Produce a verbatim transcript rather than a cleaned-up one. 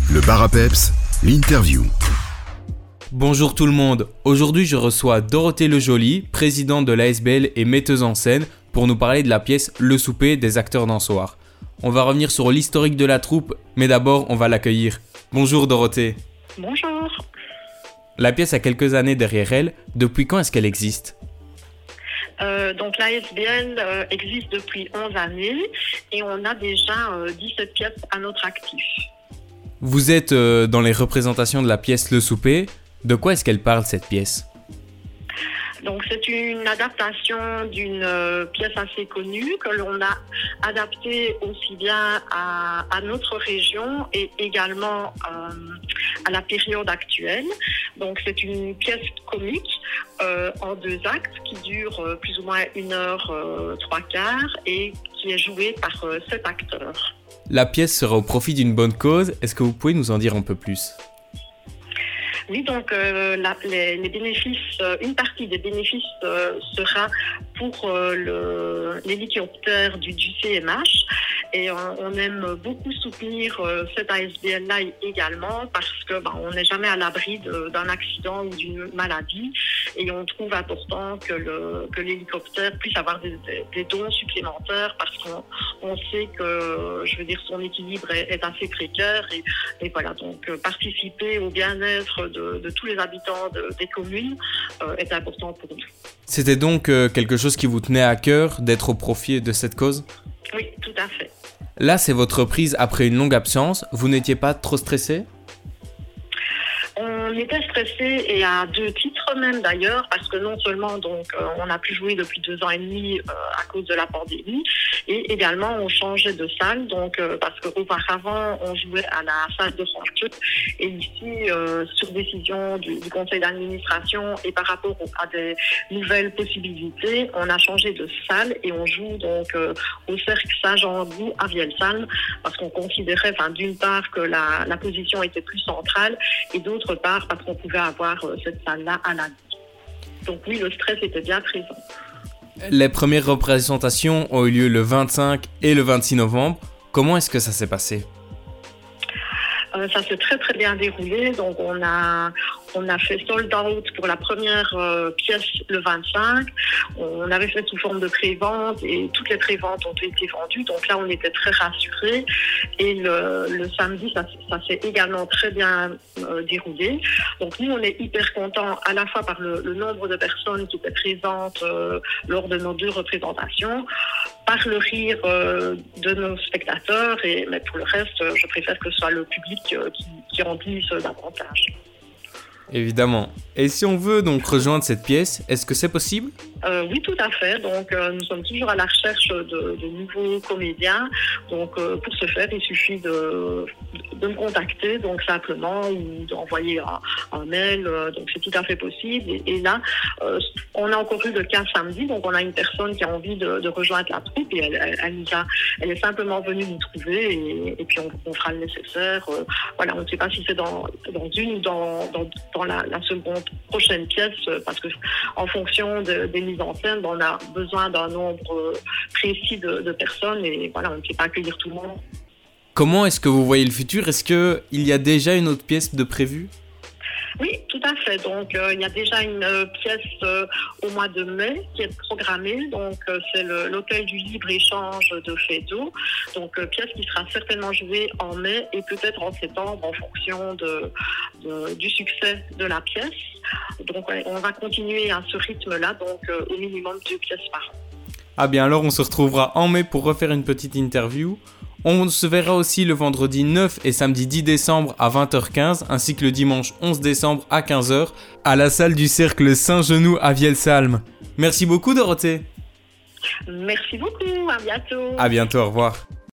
Le bar à peps, l'interview. Bonjour tout le monde, aujourd'hui je reçois Dorothée Lejoly, présidente de l'A S B L et metteuse en scène, pour nous parler de la pièce Le Souper des acteurs d'Ansoir. On va revenir sur l'historique de la troupe, mais d'abord on va l'accueillir. Bonjour Dorothée. Bonjour. La pièce a quelques années derrière elle, depuis quand est-ce qu'elle existe ? Euh, donc l'A S B L euh, existe depuis onze années et on a déjà euh, dix-sept pièces à notre actif. Vous êtes euh, dans les représentations de la pièce Le Souper. De quoi est-ce qu'elle parle cette pièce ? Donc c'est une adaptation d'une euh, pièce assez connue que l'on a adaptée aussi bien à, à notre région et également euh, à la période actuelle. Donc c'est une pièce comique euh, en deux actes qui dure euh, plus ou moins une heure euh, trois quarts et qui est jouée par euh, sept acteurs. La pièce sera au profit d'une bonne cause. Est-ce que vous pouvez nous en dire un peu plus ? Oui, donc euh, la, les, les bénéfices, euh, une partie des bénéfices euh, sera pour euh, le, l'hélicoptère du, du C M H et on, on aime beaucoup soutenir euh, cette A S B L-là également parce que ben, on n'est jamais à l'abri de, d'un accident ou d'une maladie et on trouve important que, le, que l'hélicoptère puisse avoir des, des, des dons supplémentaires parce qu'on on sait que, je veux dire, son équilibre est, est assez précaire et, et voilà, donc euh, participer au bien-être De, de tous les habitants de, des communes euh, est important pour nous. C'était donc euh, quelque chose qui vous tenait à cœur d'être au profit de cette cause ? Oui, tout à fait. Là, c'est votre reprise après une longue absence. Vous n'étiez pas trop stressé ? On était stressé et à deux titres même d'ailleurs parce que non seulement donc euh, on a pu jouer depuis deux ans et demi euh, à cause de la pandémie et également on changeait de salle donc euh, parce qu'auparavant on jouait à la salle de Francfort et ici euh, sur décision du, du conseil d'administration et par rapport au, à des nouvelles possibilités on a changé de salle et on joue donc euh, au Cercle Saint-Jean-Bou à Vielsalm parce qu'on considérait enfin d'une part que la, la position était plus centrale et d'autre part parce qu'on pouvait avoir euh, cette salle-là à la vie. Donc oui, le stress était bien présent. Les premières représentations ont eu lieu le vingt-cinq et le vingt-six novembre. Comment est-ce que ça s'est passé ? Euh, ça s'est très très bien déroulé. Donc on a on a fait sold out pour la première euh, pièce le vingt-cinq. On avait fait sous forme de pré-vente et toutes les pré-ventes ont été vendues. Donc là on était très rassurés. Et le, le samedi ça, ça s'est également très bien euh, déroulé. Donc nous on est hyper contents à la fois par le, le nombre de personnes qui étaient présentes euh, lors de nos deux représentations, par le rire euh, de nos spectateurs. Et mais pour le reste, euh, je préfère que ce soit le public euh, qui, qui remplisse davantage. Évidemment. Et si on veut donc rejoindre cette pièce, est-ce que c'est possible ? Euh, oui, tout à fait. Donc, euh, nous sommes toujours à la recherche de, de nouveaux comédiens. Donc, euh, pour ce faire, il suffit de, de me contacter, donc simplement, ou d'envoyer un, un mail. Euh, donc, c'est tout à fait possible. Et, et là, euh, on a encore eu le cas samedi. Donc, on a une personne qui a envie de, de rejoindre la troupe et elle, elle, elle, nous a, elle est simplement venue nous trouver et, et puis on, on fera le nécessaire. Euh, voilà, on ne sait pas si c'est dans, dans une ou dans, dans, dans la, la seconde prochaine pièce parce que en fonction de, des mises en scène, on a besoin d'un nombre précis de, de personnes et voilà, on ne peut pas accueillir tout le monde. Comment est-ce que vous voyez le futur ? Est-ce qu'il y a déjà une autre pièce de prévue ? Oui, tout à fait. Donc, euh, il y a déjà une euh, pièce euh, au mois de mai qui est programmée. Donc, euh, c'est le, l'hôtel du libre-échange de Fédot. Donc, euh, pièce qui sera certainement jouée en mai et peut-être en septembre en fonction de, de, du succès de la pièce. Donc, ouais, on va continuer à ce rythme-là, donc euh, au minimum deux pièces par an. Ah bien alors, on se retrouvera en mai pour refaire une petite interview. On se verra aussi le vendredi neuf et samedi dix décembre à vingt heures quinze, ainsi que le dimanche onze décembre à quinze heures, à la salle du Cercle Saint-Genou à Vielsalm. Merci beaucoup Dorothée. Merci beaucoup, à bientôt. À bientôt, au revoir.